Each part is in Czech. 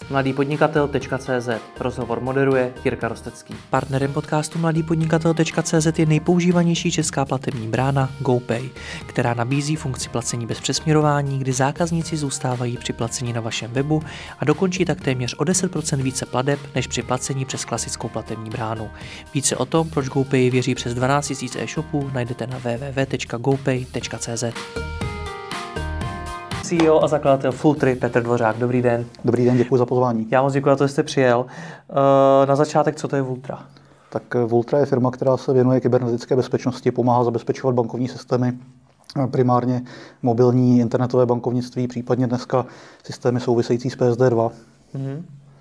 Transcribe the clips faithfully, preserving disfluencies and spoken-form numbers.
mladý podnikatel tečka cé zet. Rozhovor moderuje Jirka Rostecký. Partnerem podcastu mladý podnikatel tečka cé zet je nejpoužívanější česká platební brána GoPay, která nabízí funkci placení bez přesměrování, kdy zákazníci zůstávají při placení na vašem webu a dokončí tak téměř o deset procent více plateb než při placení přes klasickou platební bránu. Více o tom, proč GoPay věří přes dvanáct tisíc e-shopů, najdete na w w w tečka gopay tečka cé zet. C E O a zakladatel Fultry Petr Dvořák. Dobrý den. Dobrý den, děkuji za pozvání. Já moc děkuji za to, že jste přijel. Na začátek, co to je Vultra? Tak Vultra je firma, která se věnuje kybernetické bezpečnosti, pomáhá zabezpečovat bankovní systémy, primárně mobilní internetové bankovnictví, případně dneska systémy související s P S D dva. Mm-hmm.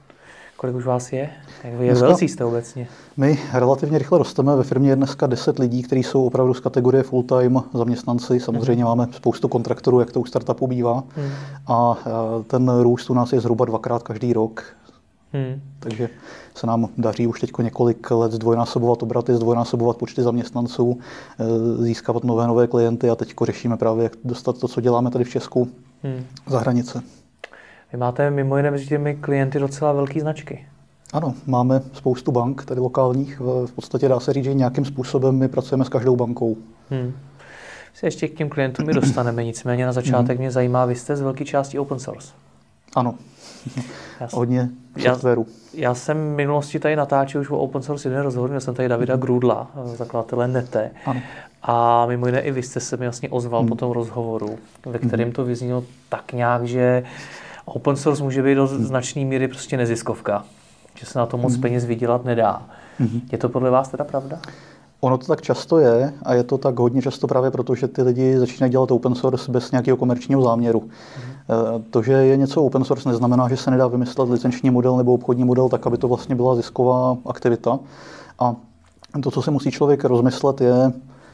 Kolik už vás je? Jak vy je velcí jste obecně? My relativně rychle rosteme. Ve firmě je dneska deset lidí, kteří jsou opravdu z kategorie full-time zaměstnanci. Samozřejmě mm. máme spoustu kontraktorů, jak to u startupu bývá. Mm. A ten růst u nás je zhruba dvakrát každý rok. Mm. Takže se nám daří už teď několik let zdvojnásobovat obraty, zdvojnásobovat počty zaměstnanců, získávat nové nové klienty a teď řešíme právě, jak dostat to, co děláme tady v Česku, mm. za hranice. Vy máte mimo jiné mezi těmi klienty docela velké značky. Ano, máme spoustu bank, tady lokálních. V podstatě dá se říct, že nějakým způsobem my pracujeme s každou bankou. Hmm. Se ještě k těm klientům my dostaneme, nicméně na začátek hmm. mě zajímá, vy jste z velké části open source. Ano, já, hodně softwaru. Já, já jsem v minulosti tady natáčel už o open source jeden rozhovor, měl jsem tady Davida hmm. Grudla, zakladatele Nete. Ano. A mimo jiné i vy jste se mi vlastně ozval hmm. po tom rozhovoru, ve kterém to vyznělo tak nějak, že open source může být do značné míry prostě neziskovka, že se na to moc mm. peněz vydělat nedá. Mm. Je to podle vás teda pravda? Ono to tak často je a je to tak hodně často právě proto, že ty lidi začínají dělat open source bez nějakého komerčního záměru. Mm. To, že je něco open source, neznamená, že se nedá vymyslet licenční model nebo obchodní model tak, aby to vlastně byla zisková aktivita. A to, co se musí člověk rozmyslet, je,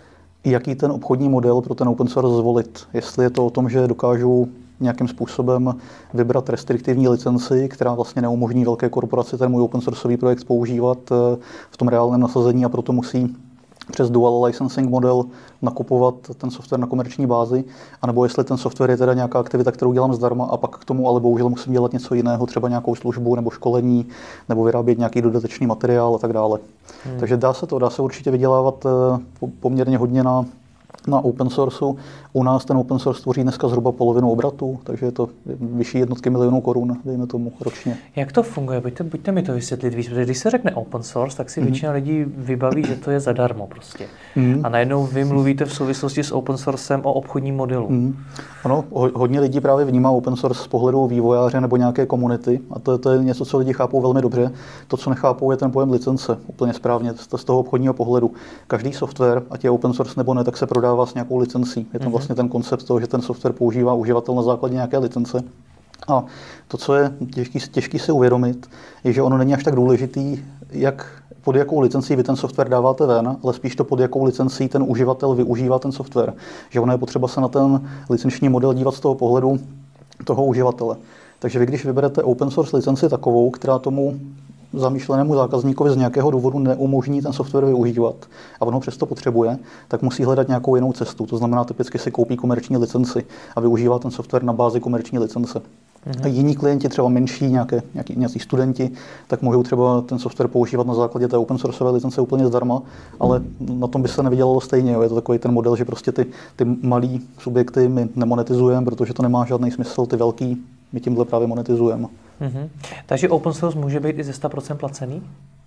jaký ten obchodní model pro ten open source zvolit. Jestli je to o tom, že dokážu nějakým způsobem vybrat restriktivní licenci, která vlastně neumožní velké korporaci ten můj open sourceový projekt používat v tom reálném nasazení a proto musí přes dual licensing model nakupovat ten software na komerční bázi, anebo jestli ten software je teda nějaká aktivita, kterou dělám zdarma a pak k tomu ale bohužel musím dělat něco jiného, třeba nějakou službu nebo školení, nebo vyrábět nějaký dodatečný materiál a tak dále. Hmm. Takže dá se to, dá se určitě vydělávat poměrně hodně na na open sourceu. U nás ten open source tvoří dneska zhruba polovinu obratu, takže je to vyšší jednotky milionů korun, dejme tomu, ročně. Jak to funguje? Buďte, buďte mi to vysvětlit víc, protože když se řekne open source, tak si mm. většina lidí vybaví, že to je zadarmo prostě. Mm. A najednou vy mluvíte v souvislosti s open sourcem o obchodním modelu. Mm. Ano, hodně lidí právě vnímá open source z pohledu vývojáře nebo nějaké komunity a to, to je něco, co lidi chápou velmi dobře. To, co nechápou, je ten pojem licence, úplně správně, z toho obchodního pohledu. Každý software, ať je open source nebo ne, tak se prodává s nějakou licencí. Je tam vlastně ten koncept toho, že ten software používá uživatel na základě nějaké licence. A to, co je těžký, těžký si uvědomit, je, že ono není až tak důležitý, jak, pod jakou licencí vy ten software dáváte ven, ale spíš to, pod jakou licencí ten uživatel využívá ten software. Že ono je potřeba se na ten licenční model dívat z toho pohledu toho uživatele. Takže vy, když vyberete open source licenci takovou, která tomu zamýšlenému zákazníkovi z nějakého důvodu neumožní ten software využívat a on ho přesto potřebuje, tak musí hledat nějakou jinou cestu. To znamená, typicky si koupí komerční licenci a využívá ten software na bázi komerční licence. Mm-hmm. A jiní klienti, třeba menší, nějaké, nějaký, nějací studenti, tak můžou třeba ten software používat na základě té open sourceové licence úplně zdarma, ale na tom by se nevydělalo stejně. Jo. Je to takový ten model, že prostě ty, ty malý subjekty my nemonetizujeme, protože to nemá žádný smysl, ty velký my tímhle právě monetizujeme. Mm-hmm. Takže open source může být i ze sto procent placený?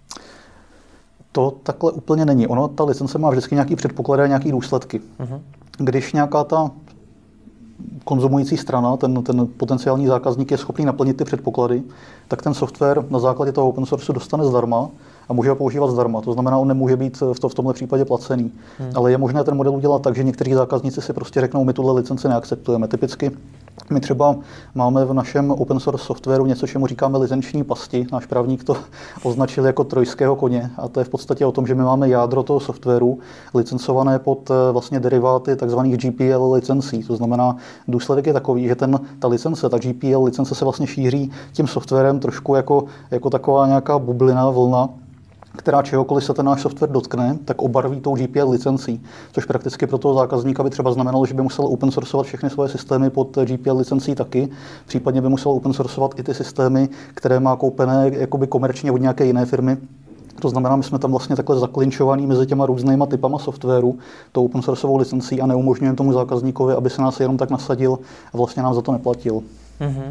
To takhle úplně není. Ono, ta licence má vždycky nějaký předpoklady a nějaký důsledky. Mm-hmm. Když nějaká ta konzumující strana, ten, ten potenciální zákazník je schopný naplnit ty předpoklady, tak ten software na základě toho open source dostane zdarma a může ho používat zdarma. To znamená, on nemůže být v, to, v tomhle případě placený. Hmm. Ale je možné ten model udělat tak, že někteří zákazníci si prostě řeknou, my tuhle licenci neakceptujeme. Typicky my třeba máme v našem open source softwaru něco, čemu říkáme licenční pasti. Náš právník to označil jako trojského koně a to je v podstatě o tom, že my máme jádro toho softwaru licencované pod vlastně deriváty takzvaných G P L licencí. To znamená, důsledek je takový, že ten, ta licence, ta G P L licence se vlastně šíří tím softwarem trošku jako, jako taková nějaká bublina, vlna. která čehokoliv se ten náš software dotkne, tak obarví tou G P L licencí, což prakticky pro toho zákazníka by třeba znamenalo, že by musel open sourceovat všechny svoje systémy pod G P L licencí taky, případně by musel open sourceovat i ty systémy, které má koupené jakoby komerčně od nějaké jiné firmy. To znamená, my jsme tam vlastně takhle zaklinčovaný mezi těma různýma typama softwaru, tou open sourceovou licencí a neumožňujeme tomu zákazníkovi, aby se nás jenom tak nasadil a vlastně nám za to neplatil. Mm-hmm.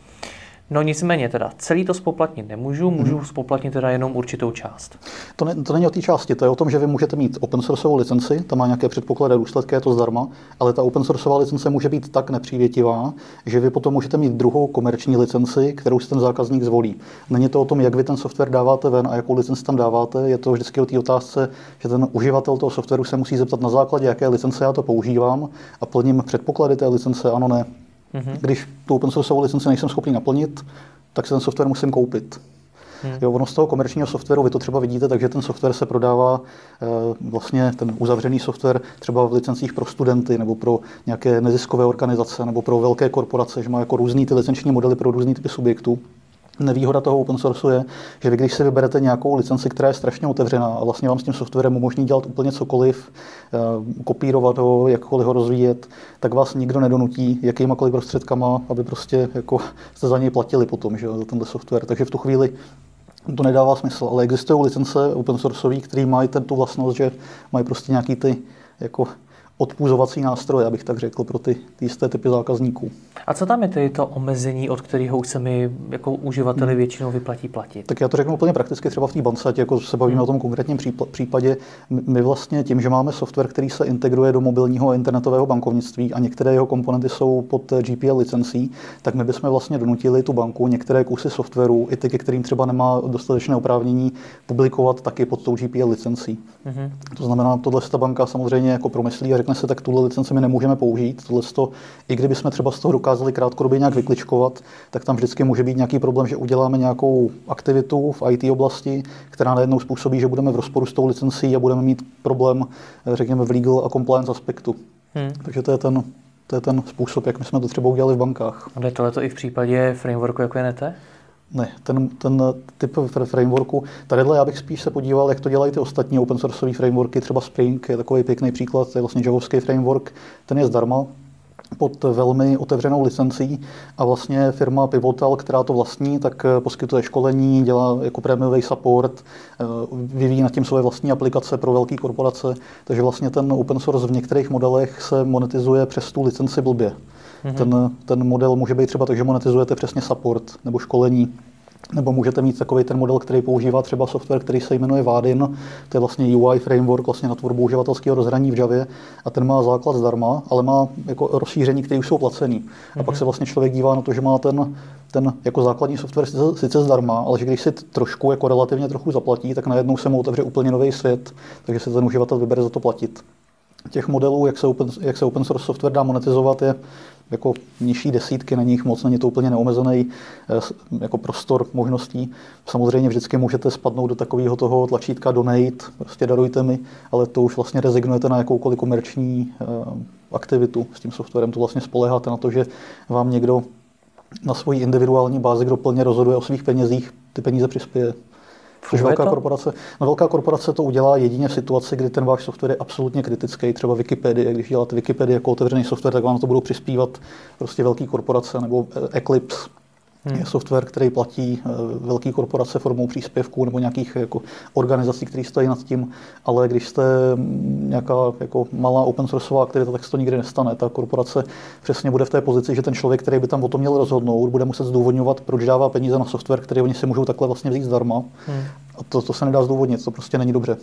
No nicméně teda, celý to spoplatnit nemůžu, můžu hmm. spoplatnit teda jenom určitou část. To, ne, to není o té části, to je o tom, že vy můžete mít open sourceovou licenci, tam má nějaké předpoklady a důsledky, je to zdarma, ale ta open sourceová licence může být tak nepřívětivá, že vy potom můžete mít druhou komerční licenci, kterou si ten zákazník zvolí. Není to o tom, jak vy ten software dáváte ven a jakou licenci tam dáváte, je to vždycky o té otázce, že ten uživatel toho softwaru se musí zeptat na základě, jaké licence já to používám a plním předpoklady té licence, ano, ne. Mm-hmm. Když tu open sourceovou licenci nejsem schopný naplnit, tak se ten software musím koupit. Hmm. Jo, ono z toho komerčního softwaru, vy to třeba vidíte, takže ten software se prodává e, vlastně ten uzavřený software třeba v licencích pro studenty nebo pro nějaké neziskové organizace nebo pro velké korporace, že má jako různý ty licenční modely pro různý typy subjektů. Nevýhoda toho open source je, že vy když si vyberete nějakou licenci, která je strašně otevřená a vlastně vám s tím softwarem umožní dělat úplně cokoliv, kopírovat ho, jakkoliv ho rozvíjet, tak vás nikdo nedonutí jakýmakoliv prostředkama, aby prostě jako jste za něj platili potom, že, za tenhle software. Takže v tu chvíli to nedává smysl, ale existují licence open sourceové, které mají tu vlastnost, že mají prostě nějaký ty jako odpůzovací nástroje, abych tak řekl, pro ty, ty jisté typy zákazníků. A co tam je tedy to omezení, od kterého už se mi jako uživateli hmm. většinou vyplatí platit? Tak já to řeknu úplně prakticky třeba v té bance, ať jako se bavíme hmm. o tom konkrétním případě. My vlastně tím, že máme software, který se integruje do mobilního a internetového bankovnictví a některé jeho komponenty jsou pod G P L licencí, tak my bychom vlastně donutili tu banku některé kusy softwaru, i ty, ke kterým třeba nemá dostatečné oprávnění, publikovat taky pod tou G P L licencí. Hmm. To znamená, tohle ta banka samozřejmě jako promyslí a řekne se, tak tuhle licenci my nemůžeme použít. Tohleto, i kdybychom třeba z toho dokázali krátkodobě nějak vykličkovat, tak tam vždycky může být nějaký problém, že uděláme nějakou aktivitu v I T oblasti, která najednou způsobí, že budeme v rozporu s tou licencí a budeme mít problém, řekněme, v legal a compliance aspektu. Hmm. Takže to je ten, to je ten způsob, jak my jsme to třeba udělali v bankách. A jde tohleto i v případě frameworku, jako je Nete? Ne, ten, ten typ frameworku, tadyhle já bych spíš se podíval, jak to dělají ty ostatní open sourceové frameworky, třeba Spring je takový pěkný příklad, to je vlastně javovský framework, ten je zdarma pod velmi otevřenou licencí a vlastně firma Pivotal, která to vlastní, tak poskytuje školení, dělá jako prémiový support, vyvíjí nad tím svoje vlastní aplikace pro velké korporace, takže vlastně ten open source v některých modelech se monetizuje přes tu licenci blbě. Mm-hmm. Ten, ten model může být třeba tak, že monetizujete přesně support nebo školení, nebo můžete mít takový ten model, který používá třeba software, který se jmenuje Vaadin, to je vlastně U I framework vlastně na tvorbu uživatelského rozhraní v Javě a ten má základ zdarma, ale má jako rozšíření, které už jsou placený. Mm-hmm. A pak se vlastně člověk dívá na to, že má ten, ten jako základní software sice, sice zdarma, ale že když si trošku jako relativně trochu zaplatí, tak najednou se mu otevře úplně nový svět, takže se ten uživatel vybere za to platit. Těch modelů, jak se open, jak se open source software dá monetizovat, je jako nižší desítky, není jich moc, není to úplně neomezený jako prostor možností. Samozřejmě vždycky můžete spadnout do takového toho tlačítka donate, prostě darujte mi, ale to už vlastně rezignujete na jakoukoliv komerční aktivitu s tím softwarem. To vlastně spoléháte na to, že vám někdo na svoji individuální bázi, kdo plně rozhoduje o svých penězích, ty peníze přispěje. Což velká korporace, no velká korporace to udělá jedině v situaci, kdy ten váš software je absolutně kritický, třeba Wikipedie. Když děláte Wikipedii jako otevřený software, tak vám na to budou přispívat prostě velké korporace, nebo Eclipse hmm. je software, který platí velké korporace formou příspěvků nebo nějakých jako organizací, které stojí nad tím, ale když jste nějaká jako malá open sourceová aktivita, tak se to nikdy nestane. Ta korporace přesně bude v té pozici, že ten člověk, který by tam o tom měl rozhodnout, bude muset zdůvodňovat, proč dává peníze na software, který oni si můžou takhle vlastně vzít zdarma. Hmm. A to, to se nedá zdůvodnit, to prostě není dobře.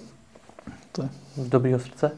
To je. Z dobrýho srdce?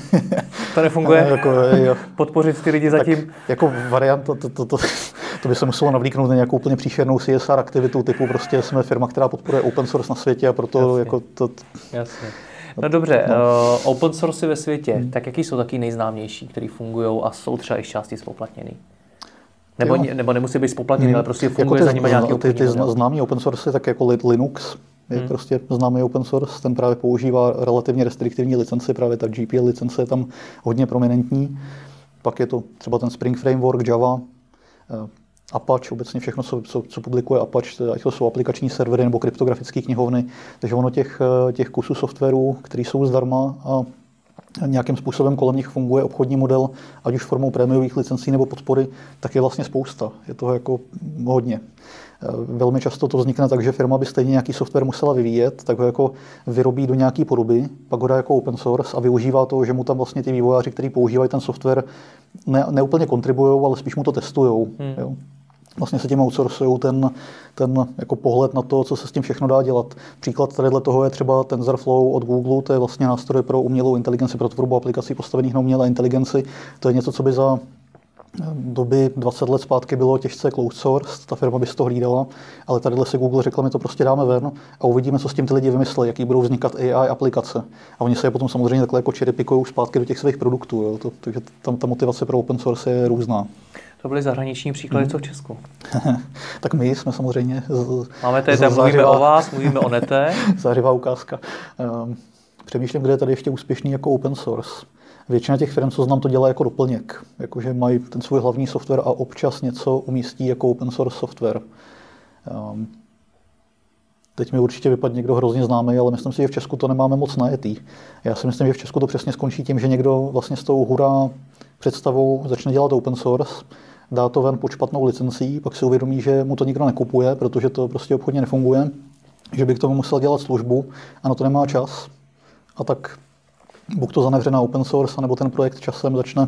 To nefunguje? jako, jo. Podpořit ty lidi zatím? Tak, jako variant, to, to, to, to, to by se muselo navlíknout na nějakou úplně příšernou C S R aktivitu typu prostě jsme firma, která podporuje open source na světě a proto Jasně. jako to... Jasně. No dobře, no. Uh, open source ve světě, hmm. tak jaký jsou taky nejznámější, který fungují a jsou třeba i části spoplatněný? Nebo, nebo nemusí být spoplatněný, hmm. ale prostě funguje jako za nimi nějaký ty, ty známý open source, tak jako Linux je hmm. prostě známý open source, ten právě používá relativně restriktivní licenci, právě ta G P L licence je tam hodně prominentní. Pak je to třeba ten Spring Framework, Java. Apache, obecně všechno, co, co, co publikuje Apache, ať to jsou aplikační servery nebo kryptografické knihovny. Takže ono těch, těch kusů softwaru, které jsou zdarma a nějakým způsobem kolem nich funguje obchodní model, ať už formou prémiových licencí nebo podpory, tak je vlastně spousta. Je toho jako hodně. Velmi často to vznikne tak, že firma by stejně nějaký software musela vyvíjet, tak ho jako vyrobí do nějaké podoby, pak ho dá jako open source a využívá to, že mu tam vlastně ty vývojáři, kteří používají ten software, ne, ne úplně kontribují, ale spíš mu to testujou. Hmm. Vlastně se tím outsourcují ten, ten jako pohled na to, co se s tím všechno dá dělat. Příklad tady toho je třeba TensorFlow od Google, to je vlastně nástroj pro umělou inteligenci, pro tvorbu aplikací postavených na umělé inteligenci. To je něco, co by za doby dvacet let zpátky bylo těžce closed source, ta firma by z toho hlídala, ale tadyhle se Google řekla, my to prostě dáme ven a uvidíme, co s tím ty lidi vymyslí, jaký budou vznikat A I aplikace. A oni se je potom samozřejmě takhle jako cherrypikují zpátky do těch svých produktů, jo. To, takže tam ta motivace pro open source je různá. To byly zahraniční příklady, hmm. co v Česku? Tak my jsme samozřejmě... Z, Máme tady, tady mluvíme o vás, mluvíme o nete. Zářivá ukázka. Um, přemýšlím, kde je tady ještě úspěšný jako open source. Většina těch firm, co znám, to dělá jako doplněk. Jakože mají ten svůj hlavní software a občas něco umístí jako open source software. Um, teď mi určitě vypadne někdo hrozně známý, ale myslím si, že v Česku to nemáme moc najetý. Já si myslím, že v Česku to přesně skončí tím, že někdo vlastně s tou hurá představou začne dělat open source, dá to ven pod špatnou licencí, pak si uvědomí, že mu to nikdo nekupuje, protože to prostě obchodně nefunguje, že by k tomu musel dělat službu a na to nemá čas. A tak buď to zanevře na open source, anebo ten projekt časem začne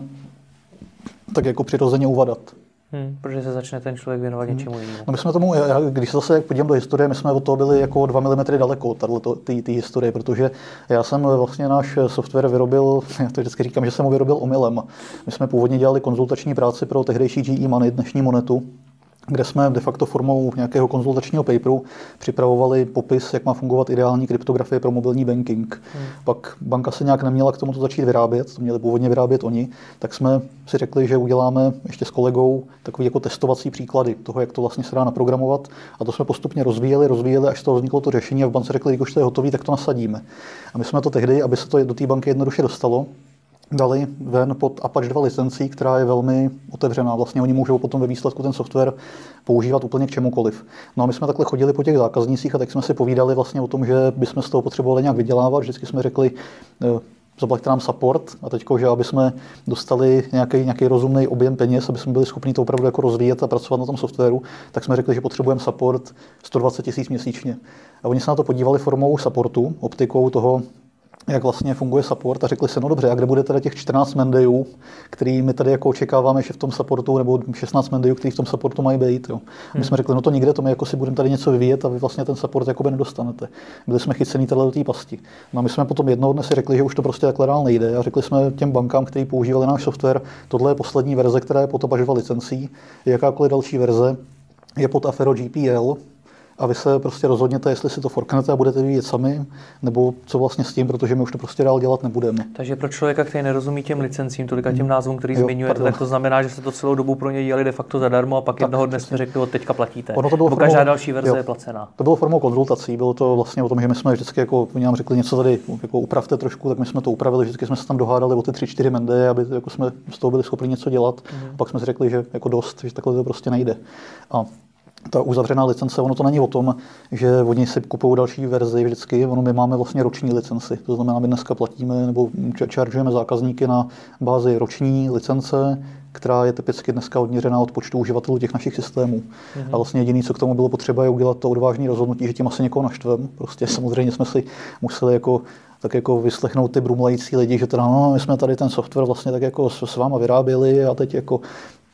tak jako přirozeně uvadat. Hmm, protože se začne ten člověk věnovat hmm. něčemu jinému. No my jsme tomu, já, když se zase podívám do historie, my jsme od toho byli jako dva milimetry daleko, té historie, protože já jsem vlastně náš software vyrobil, já to vždycky říkám, že jsem ho vyrobil omylem. My jsme původně dělali konzultační práci pro tehdejší G E Money, dnešní Monetu, kde jsme de facto formou nějakého konzultačního paperu připravovali popis, jak má fungovat ideální kryptografie pro mobilní banking. Hmm. Pak banka se nějak neměla k tomu to začít vyrábět, to měli původně vyrábět oni, tak jsme si řekli, že uděláme ještě s kolegou takový jako testovací příklady toho, jak to vlastně se dá naprogramovat. A to jsme postupně rozvíjeli, rozvíjeli, až z toho vzniklo to řešení a v bance řekli, když už to je hotový, tak to nasadíme. A my jsme to tehdy, aby se to do té banky jednoduše dostalo, dali ven pod Apache dva licencí, která je velmi otevřená. Vlastně oni můžou potom ve výsledku ten software používat úplně k čemukoliv. No a my jsme takhle chodili po těch zákaznících a tak jsme si povídali vlastně o tom, že bychom z toho potřebovali nějak vydělávat. Vždycky jsme řekli, zaplaťte nám support a teďko, že aby jsme dostali nějaký, nějaký rozumný objem peněz, aby jsme byli schopni to opravdu jako rozvíjet a pracovat na tom softwaru, tak jsme řekli, že potřebujeme support sto dvacet tisíc měsíčně. A oni se na to podívali formou supportu, optikou toho, jak vlastně funguje support a řekli si, no dobře, a kde bude teda těch čtrnáct mendejů, který my tady jako očekáváme, že v tom supportu, nebo šestnáct mendejů, který v tom supportu mají být. Jo. A my jsme řekli, no to nikde, to my jako si budeme tady něco vyvíjet a vy vlastně ten support jakoby nedostanete. Byli jsme chycený tady do té pasti. No a my jsme potom jednoho dne si řekli, že už to prostě takhle dál nejde a řekli jsme těm bankám, kteří používali náš software, tohle je poslední verze, která je pod Apache dva licencí, jakákoliv další verze je pod Affero G P L. A vy se prostě rozhodněte, jestli si to forknete a budete vyvíjet sami, nebo co vlastně s tím, protože my už to prostě dál dělat nebudeme. Takže pro člověka, který nerozumí těm licencím, tolika těm názvům, který jo, zmiňujete, pardon. Tak to znamená, že se to celou dobu pro ně dělali de facto zadarmo a pak tak, jednoho dne jsme řekli, od teďka platíte. Ono to bylo formou, každá další verze jo, je placená. To bylo formou konzultací, bylo to vlastně o tom, že my jsme vždycky jako, oni nám řekli něco tady, jako upravte trošku, tak my jsme to upravili, vždycky jsme se tam dohádali o ty tři, čtyři mendeje, aby jako jsme z toho byli schopni něco dělat. Mm. A pak jsme si řekli, že jako dost, že takhle to prostě nejde. A ta uzavřená licence, ono to není o tom, že oni si kupují další verzi vždycky, ono my máme vlastně roční licenci. To znamená, my dneska platíme nebo chargeujeme zákazníky na bázi roční licence, která je typicky dneska odměřená od počtu uživatelů těch našich systémů. Mm-hmm. A vlastně jediné, co k tomu bylo potřeba, je udělat to odvážné rozhodnutí, že tím asi někoho naštvem. Prostě samozřejmě jsme si museli jako tak jako vyslechnout ty brumlající lidi, že teda no, my jsme tady ten software vlastně tak jako s, s váma vyráběli a teď jako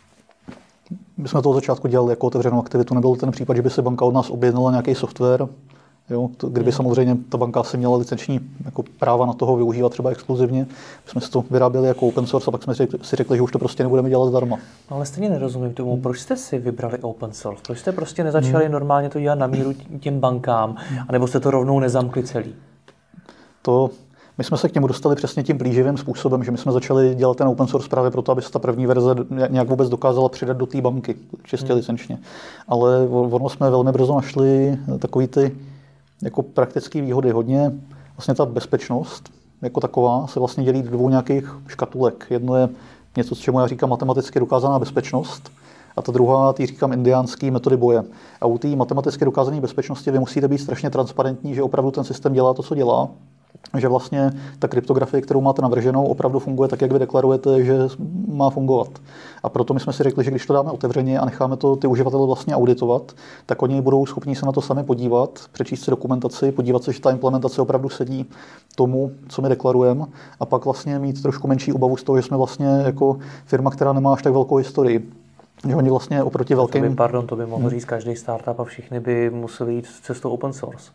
my jsme toho začátku dělali jako otevřenou aktivitu, nebyl ten případ, že by se banka od nás objednala nějaký software, jo, to, kdyby hmm. samozřejmě ta banka si měla licenční jako práva na toho využívat třeba exkluzivně. My jsme si to vyráběli jako open source a pak jsme si řekli, že už to prostě nebudeme dělat zdarma. No, ale stejně nerozumím tomu, hmm. proč jste si vybrali open source? Proč jste prostě nezačali hmm. normálně to dělat na míru těm bankám, anebo jste to rovnou nezamkli celý? To My jsme se k němu dostali přesně tím plíživým způsobem, že my jsme začali dělat ten open source právě proto, aby se ta první verze nějak vůbec dokázala přidat do té banky, čistě hmm. licenčně. Ale ono jsme velmi brzo našli takový ty jako praktické výhody. Hodně vlastně ta bezpečnost jako taková se vlastně dělí do dvou nějakých škatulek. Jedno je něco, čemu já říkám matematicky dokázaná bezpečnost, A ta druhá, ty říkám indiánský metody boje. A u té matematicky dokázané bezpečnosti vy musíte být strašně transparentní, že opravdu ten systém dělá to, co dělá. Že vlastně ta kryptografie, kterou máte navrženou, opravdu funguje tak, jak vy deklarujete, že má fungovat. A proto my jsme si řekli, že když to dáme otevřeně a necháme to ty uživatele vlastně auditovat, tak oni budou schopni se na to sami podívat, přečíst si dokumentaci, podívat se, že ta implementace opravdu sedí tomu, co my deklarujeme, a pak vlastně mít trošku menší obavu z toho, že jsme vlastně jako firma, která nemá až tak velkou historii. Že oni vlastně oproti velkým... To by, pardon, to by mohl říct každý startup a všichni by museli jít cestou open source.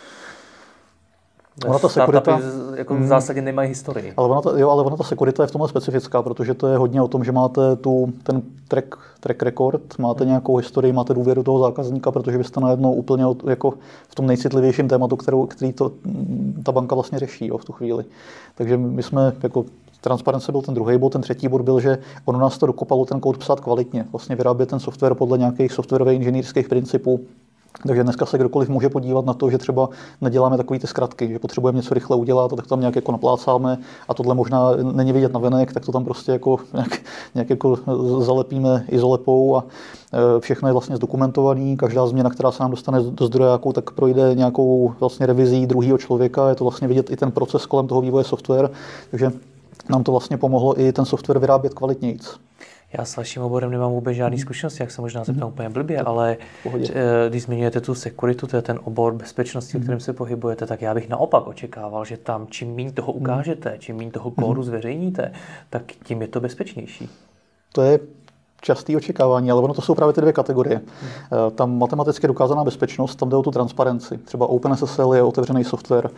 Ona ta sekurita jako v zásadě nemají historii. Ale ona ta, jo, ale ona ta sekurita je v tomhle specifická, protože to je hodně o tom, že máte tu, ten track, track record, máte hmm. nějakou historii, máte důvěru toho zákazníka, protože byste najednou úplně jako v tom nejcitlivějším tématu, kterou, který to, ta banka vlastně řeší, jo, v tu chvíli. Takže my jsme jako transparence byl ten druhý bod, ten třetí bod byl, že ono nás to dokopalo ten kód psát kvalitně, vlastně vyrábět ten software podle nějakých softwarových inženýrských principů. Takže dneska se kdokoliv může podívat na to, že třeba neděláme takové ty zkratky, že potřebujeme něco rychle udělat, a tak tam nějak jako naplácáme a tohle možná není vidět na venek, tak to tam prostě jako nějak, nějak jako zalepíme izolepou a všechno je vlastně zdokumentovaný. Každá změna, která se nám dostane do zdrojáku, tak projde nějakou vlastně revizí druhého člověka. Je to vlastně vidět i ten proces kolem toho vývoje software, takže nám to vlastně pomohlo i ten software vyrábět kvalitnějc. Já s vaším oborem nemám vůbec žádný zkušenosti, jak se možná zeptám mm. úplně blbě, ale když zmiňujete tu sekuritu, to je ten obor bezpečnosti, mm. o kterém se pohybujete, tak já bych naopak očekával, že tam čím méně toho ukážete, čím méně toho kódu zveřejníte, tak tím je to bezpečnější. To je častý očekávání, ale ono to jsou právě ty dvě kategorie. Hmm. Tam matematicky dokázaná bezpečnost, tam jde o tu transparenci. Třeba OpenSSL je otevřený software,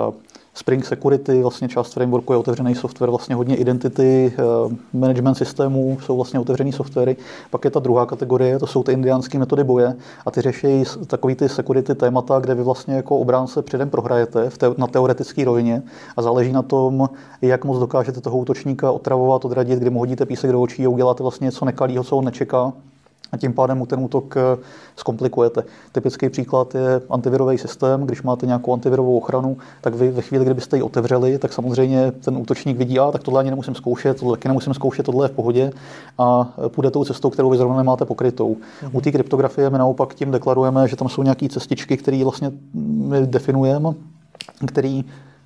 Spring Security, vlastně část frameworku je otevřený software, vlastně hodně identity, management systémů jsou vlastně otevřený softwary. Pak je ta druhá kategorie, to jsou ty indiánské metody boje a ty řeší takový ty security témata, kde vy vlastně jako obránce předem prohrajete v te- na teoretické rovině a záleží na tom, jak moc dokážete toho útočníka otravovat, odradit, kdy mu hodíte písek do očí a uděláte vlastně něco nekalého, co on nečeká. A tím pádem mu ten útok zkomplikujete. Typický příklad je antivirový systém. Když máte nějakou antivirovou ochranu, tak vy ve chvíli, kdybyste ji otevřeli, tak samozřejmě ten útočník vidí, a tak tohle ani nemusím zkoušet, tohle taky nemusím zkoušet, tohle je v pohodě a půjde tou cestou, kterou vy zrovna nemáte pokrytou. Mhm. U té kryptografie my naopak tím deklarujeme, že tam jsou nějaké cestičky, které vlastně my definujeme, které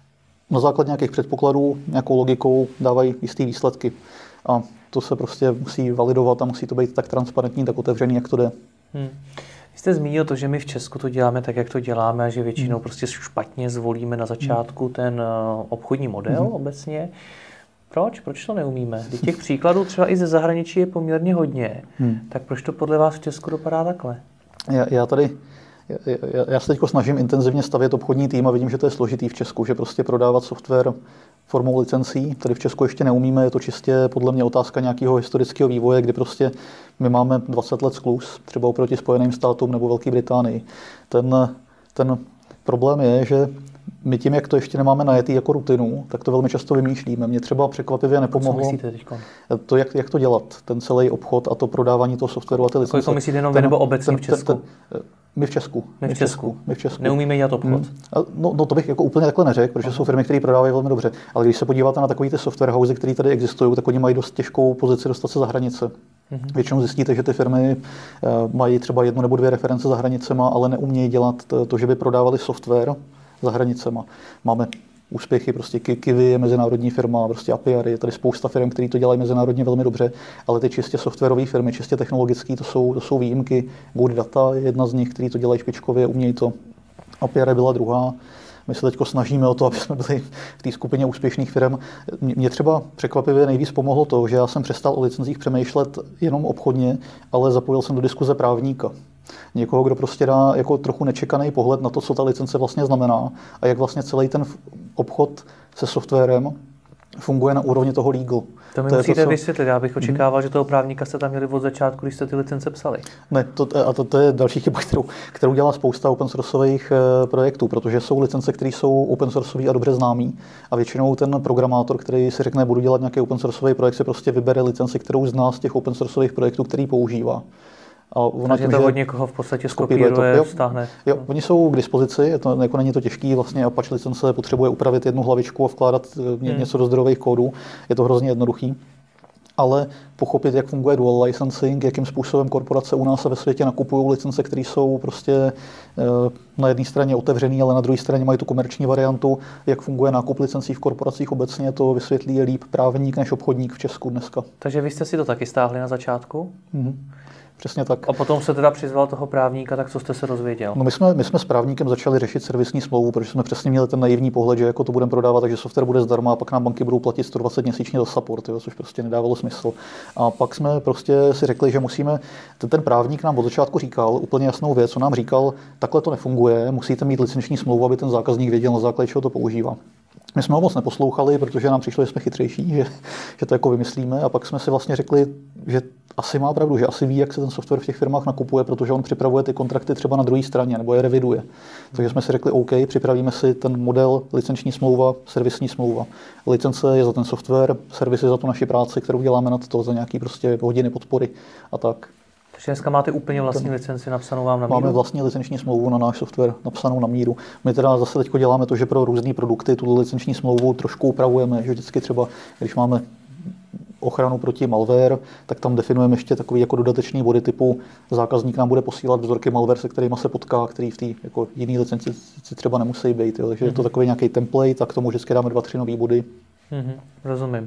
na základě nějakých předpokladů, nějakou logikou dávají jisté výsledky. A to se prostě musí validovat a musí to být tak transparentní, tak otevřený, jak to jde. Hmm. Vy jste zmínil to, že my v Česku to děláme tak, jak to děláme, a že většinou hmm. prostě špatně zvolíme na začátku hmm. ten obchodní model hmm. obecně. Proč? Proč to neumíme? Když těch příkladů třeba i ze zahraničí je poměrně hodně. Hmm. Tak proč to podle vás v Česku dopadá takhle? Já, já tady... Já, já se teď snažím intenzivně stavět obchodní tým a vidím, že to je složitý v Česku, že prostě prodávat software formou licencí. Tady v Česku ještě neumíme, je to čistě podle mě otázka nějakého historického vývoje, kdy prostě my máme dvacet let skluz, třeba oproti Spojeným státům nebo Velké Británii. Ten, ten problém je, že my tím, jak to ještě nemáme najetý jako rutinu, tak to velmi často vymýšlíme. Mě třeba překvapivě nepomohlo. Co myslíte teďko? To, jak, jak to dělat, ten celý obchod a to prodávání toho softwaru a ty licence. Kolik myslíte jenom vy nebo obecně v Česku? Ten, ten, my v Česku. My v Česku. My v Česku. Neumíme dělat obchod? Hmm. No, no to bych jako úplně takhle neřekl, protože Aha. jsou firmy, které prodávají velmi dobře. Ale když se podíváte na takový ty software housey, které tady existují, tak oni mají dost těžkou pozici dostat se za hranice. Mm-hmm. Většinou zjistíte, že ty firmy uh, mají třeba jednu nebo dvě reference za hranicema, ale neumějí dělat to, to že by prodávali software za hranicema. Máme úspěchy, prostě Kiwi je mezinárodní firma, prostě Apiary, je tady spousta firm, které to dělají mezinárodně velmi dobře, ale ty čistě softwarové firmy, čistě technologické, to jsou, to jsou výjimky. Good Data je jedna z nich, který to dělají špičkově, umějí to. Apiary byla druhá. My se teď snažíme o to, aby jsme byli v té skupině úspěšných firm. Mě třeba překvapivě nejvíc pomohlo to, že já jsem přestal o licencích přemýšlet jenom obchodně, ale zapojil jsem do diskuze právníka. Někoho, kdo prostě dá jako trochu nečekaný pohled na to, co ta licence vlastně znamená a jak vlastně celý ten obchod se softwarem funguje na úrovni toho legal. To mi to musíte to, co... vysvětlit. Já bych očekával, mm. že toho právníka jste tam měli od začátku, když jste ty licence psali. Ne, to, a to, to je další chyba, kterou, kterou dělá spousta open sourceových e, projektů, protože jsou licence, které jsou open sourceové a dobře známý a většinou ten programátor, který si řekne, budu dělat nějaký open sourceový projekt, si prostě vybere licenci, kterou zná z těch open sourceových projektů, který používá. A ona Takže tím, to od někoho v podstatě skopíruje, vztáhne. Jo, oni jsou k dispozici, je to, jako není to těžký, vlastně Apache licence potřebuje upravit jednu hlavičku a vkládat hmm. něco do zdrojových kódů, je to hrozně jednoduchý. ale pochopit, jak funguje dual licensing, jakým způsobem korporace u nás a ve světě nakupují licence, které jsou prostě na jedné straně otevřený, ale na druhé straně mají tu komerční variantu, jak funguje nákup licencí v korporacích obecně, to vysvětlí líp právník než obchodník v Česku dneska. Takže vy jste si to taky stáhli na začátku? Mm-hmm. Přesně tak. A potom se teda přizval toho právníka, tak co jste se dozvěděl? No my jsme, my jsme s právníkem začali řešit servisní smlouvu, protože jsme přesně měli ten naivní pohled, že jako to budeme prodávat, takže software bude zdarma a pak nám banky budou platit sto dvacet měsíčně za support, jo, což prostě nedávalo smysl. A pak jsme prostě si řekli, že musíme, ten, ten právník nám od začátku říkal úplně jasnou věc, on nám říkal, takhle to nefunguje, musíte mít licenční smlouvu, aby ten zákazník věděl, na základě čeho to používá. My jsme ho moc neposlouchali, protože nám přišlo, že jsme chytřejší, že, že to jako vymyslíme, a pak jsme si vlastně řekli, že asi má pravdu, že asi ví, jak se ten software v těch firmách nakupuje, protože on připravuje ty kontrakty třeba na druhé straně nebo je reviduje. Takže jsme si řekli, OK, připravíme si ten model licenční smlouva, servisní smlouva. Licence je za ten software, servis je za tu naši práci, kterou děláme nad to, za nějaký prostě hodiny podpory a tak. Takže dneska máte úplně vlastní ten, licenci napsanou vám na míru? Máme vlastní licenční smlouvu na náš software napsanou na míru. My teda zase teď děláme to, že pro různé produkty tu licenční smlouvu trošku upravujeme, že vždycky třeba, když máme ochranu proti malware, tak tam definujeme ještě takový jako dodatečný body typu zákazník nám bude posílat vzorky malware, se kterými se potká, který v té jako jiný licenci třeba nemusí být. Jo. Takže mm-hmm. je to takový nějaký template, tak k tomu vždycky dáme dva, tři nový body. Mm-hmm. Rozumím.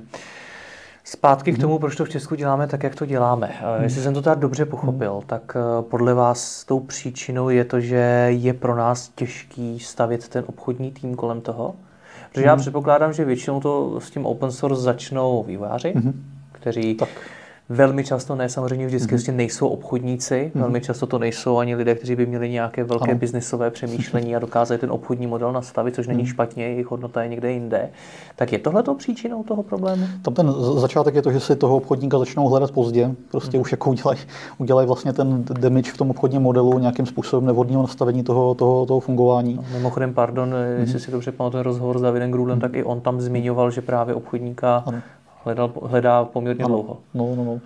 Zpátky k tomu, proč to v Česku děláme tak, jak to děláme. Hmm. Jestli jsem to tak dobře pochopil, hmm. tak podle vás tou příčinou je to, že je pro nás těžký stavět ten obchodní tým kolem toho? Protože hmm. já předpokládám, že většinou to s tím open source začnou vývojáři, hmm. kteří tak. velmi často, ne samozřejmě vždycky, mm-hmm. nejsou obchodníci, mm-hmm. velmi často to nejsou ani lidé, kteří by měli nějaké velké ano. biznisové přemýšlení a dokázali ten obchodní model nastavit, což není mm. špatně, jejich hodnota je někde jinde. Tak je tohle to příčinou toho problému? Tam ten začátek je to, že si toho obchodníka začnou hledat pozdě, prostě mm. už jako udělají udělaj vlastně ten damage v tom obchodním modelu nějakým způsobem nevhodného nastavení toho, toho, toho fungování. No, mimochodem, pardon, mm. jestli si dobře pamatuju rozhovor s Davidem Grudlem, mm. tak i on tam zmiňoval, že právě obchodníka ano. Hledal, hledá poměrně ano, dlouho. No, no, no.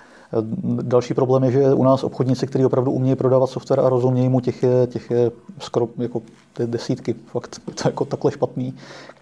Další problém je, že u nás obchodníci, kteří opravdu umějí prodávat software a rozumějí mu, těch je, těch je skoro jako ty desítky. Fakt to je jako takhle špatný.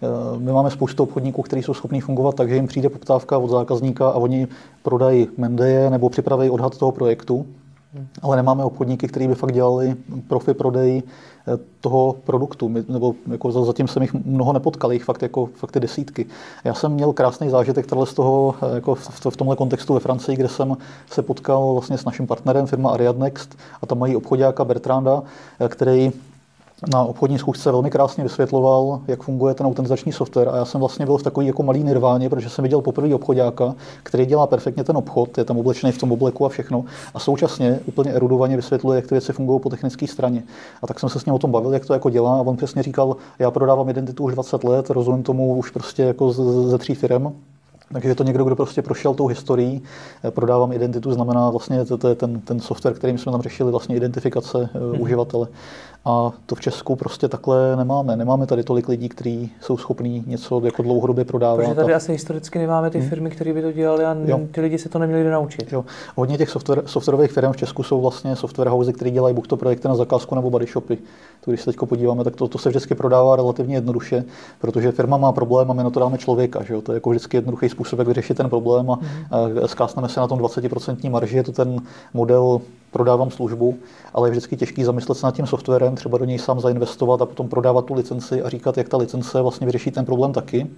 My máme spoustu obchodníků, kteří jsou schopní fungovat tak, že jim přijde poptávka od zákazníka a oni prodají mendeje nebo připraví odhad toho projektu. Ale nemáme obchodníky, kteří by fakt dělali profi prodej toho produktu, My, nebo jako zatím jsem jich mnoho nepotkal, jich fakt, jako, fakt ty desítky. Já jsem měl krásný zážitek z toho, jako v, v tomhle kontextu ve Francii, kde jsem se potkal vlastně s naším partnerem, firma Ariad Next, a tam mají obchodáka Bertranda, který na obchodní schůzce velmi krásně vysvětloval, jak funguje ten autentizační software, a já jsem vlastně byl v takový jako malý nirváně, protože jsem viděl poprvé obchodáka, který dělá perfektně ten obchod, je tam oblečený v tom obleku a všechno, a současně úplně erudovaně vysvětluje, jak ty věci fungují po technické straně. A tak jsem se s ním o tom bavil, jak to jako dělá, a on přesně říkal, já prodávám identitu už dvacet let, rozumím tomu už prostě jako ze tří firem. Takže je to někdo, kdo prostě prošel tou historií, prodávám identitu, znamená vlastně to, to je ten, ten software, kterým jsme tam řešili vlastně identifikace hmm. uživatele. A to v Česku prostě takhle nemáme. Nemáme tady tolik lidí, kteří jsou schopní něco jako dlouhodobě prodávat. Protože tady a... asi historicky nemáme ty firmy, které by to dělali, a jo. ty lidi se to neměli jde naučit. Jo. Hodně těch software, softwarových firm v Česku jsou vlastně software housey, které dělají buď to projekty na zakázku nebo body shopy. To, když se teď podíváme, tak to, to se vždycky prodává relativně jednoduše, protože firma má problém a my na to dáme člověka. Že jo? To je jako vždycky jednoduchý způsob, jak vyřešit ten problém, a mm-hmm. zkásneme se na tom dvacet procent marži, je to ten model prodávám službu, ale je vždycky těžký zamyslet se nad tím softwarem, třeba do něj sám zainvestovat a potom prodávat tu licenci a říkat, jak ta licence vlastně vyřeší ten problém taky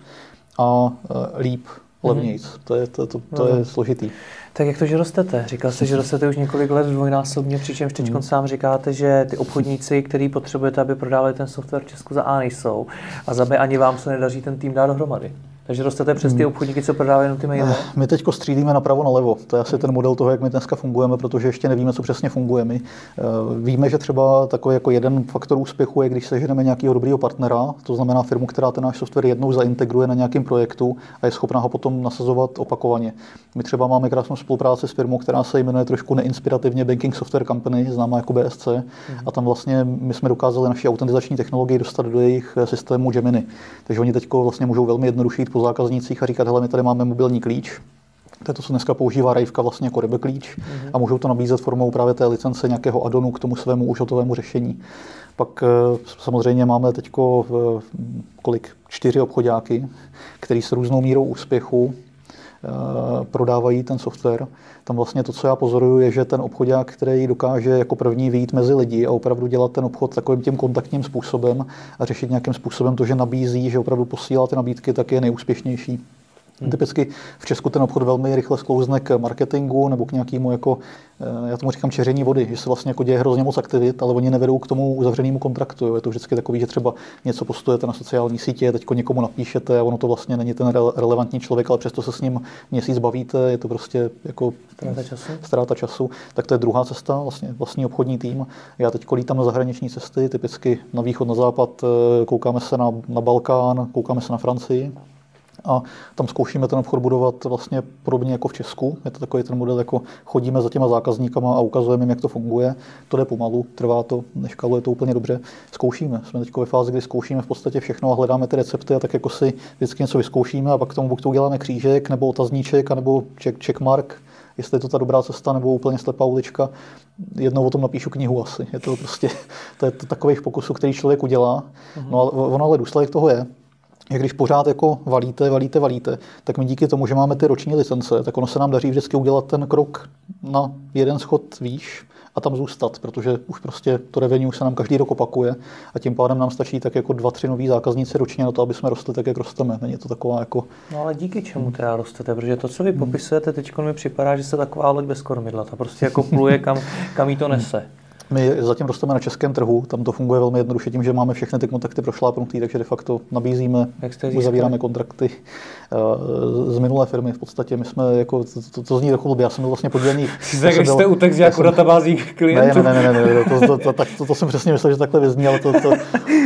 a líp, levnějc. Mm-hmm. To je, to, to, to je složitý. Tak jak to, že rostete? Říkal jste, že rostete už několik let dvojnásobně, přičemž teď mm. sám říkáte, že ty obchodníci, který potřebujete, aby prodávali ten software v Česku, za A nejsou, a za B ani vám se nedaří ten tým dát dohromady. Takže rostete přes ty obchodníky, co prodávají jenom ty maily? My teď střílíme napravo nalevo. To je asi ten model toho, jak my dneska fungujeme, protože ještě nevíme, co přesně funguje. My víme, že třeba takový jako jeden faktor úspěchu je, když seženeme nějakého dobrého partnera, to znamená firmu, která ten náš software jednou zaintegruje na nějakém projektu a je schopná ho potom nasazovat opakovaně. My třeba máme krásnou spolupráci s firmou, která se jmenuje trošku neinspirativně Banking Software Company, známá jako B S C, mm. a tam vlastně my jsme dokázali naši autentizační technologii dostat do jejich systému Gemini. Takže oni teď vlastně můžou velmi jednoduše jít po zákaznících a říkat, hele, my tady máme mobilní klíč, to je to, co dneska používá Rajvka vlastně jako Rebe klíč, mm-hmm. a můžou to nabízet formou právě té licence nějakého addonu k tomu svému už hotovému řešení. Pak samozřejmě máme teď kolik čtyři obchodáky, který s různou mírou úspěchu prodávají ten software. Tam vlastně to, co já pozoruju, je, že ten obchodák, který dokáže jako první vyjít mezi lidi a opravdu dělat ten obchod takovým tím kontaktním způsobem a řešit nějakým způsobem to, že nabízí, že opravdu posílá ty nabídky, tak je nejúspěšnější. Hmm. Typicky v Česku ten obchod velmi rychle sklouzne k marketingu nebo k nějakému, jako, já tomu říkám, čeření vody, že se vlastně jako děje hrozně moc aktivit, ale oni nevedou k tomu uzavřenému kontraktu. Jo. Je to vždycky takový, že třeba něco postujete na sociální sítě, teď někomu napíšete a ono to vlastně není ten relevantní člověk, ale přesto se s ním měsíc bavíte, je to prostě jako ztráta času. Ztráta času. Tak to je druhá cesta, vlastně vlastní obchodní tým. Já teď lítám na zahraniční cesty, typicky na východ, na západ, koukáme se na, na Balkán, koukáme se na Francii. A tam zkoušíme ten obchod budovat vlastně podobně jako v Česku. Je to takový ten model, jako chodíme za těma zákazníkama a ukazujeme jim, jak to funguje. To jde pomalu, trvá to, neškaluje to úplně dobře. Zkoušíme. Jsme teď ve fázi, kdy zkoušíme v podstatě všechno a hledáme ty recepty a tak jako si vždycky něco vyzkoušíme a pak k tomu buď to uděláme křížek nebo otazníček, nebo check, checkmark, jestli je to ta dobrá cesta nebo úplně slepá ulička. Jednou o tom napíšu knihu asi. Je to prostě to je to takových pokusů, který člověk udělá. No ale ono ale důsledek toho je, že když pořád jako valíte, valíte, valíte, tak my díky tomu, že máme ty roční licence, tak ono se nám daří vždycky udělat ten krok na jeden schod výš a tam zůstat, protože už prostě to revenue se nám každý rok opakuje a tím pádem nám stačí tak jako dva, tři noví zákazníci ročně na to, aby jsme rostli tak, jak rosteme. Není to taková jako... No ale díky čemu teda rostete? Protože to, co vy popisujete, teď mi připadá, že se taková loď bez kormidla, ta prostě jako pluje, kam, kam jí to nese. My zatím rosteme na českém trhu, tam to funguje velmi jednoduše tím, že máme všechny ty kontakty prošlápnutý, takže de facto nabízíme, uzavíráme kontrakty uh, z minulé firmy. V podstatě my jsme, jako, to, to, to zní trochu blbě, já jsem byl vlastně podílený. Tak když jste utek z jako databází klientů? Ne, ne, ne, ne, ne, to, to, to, to, to, to jsem přesně myslel, že takhle vyzní, ale to... to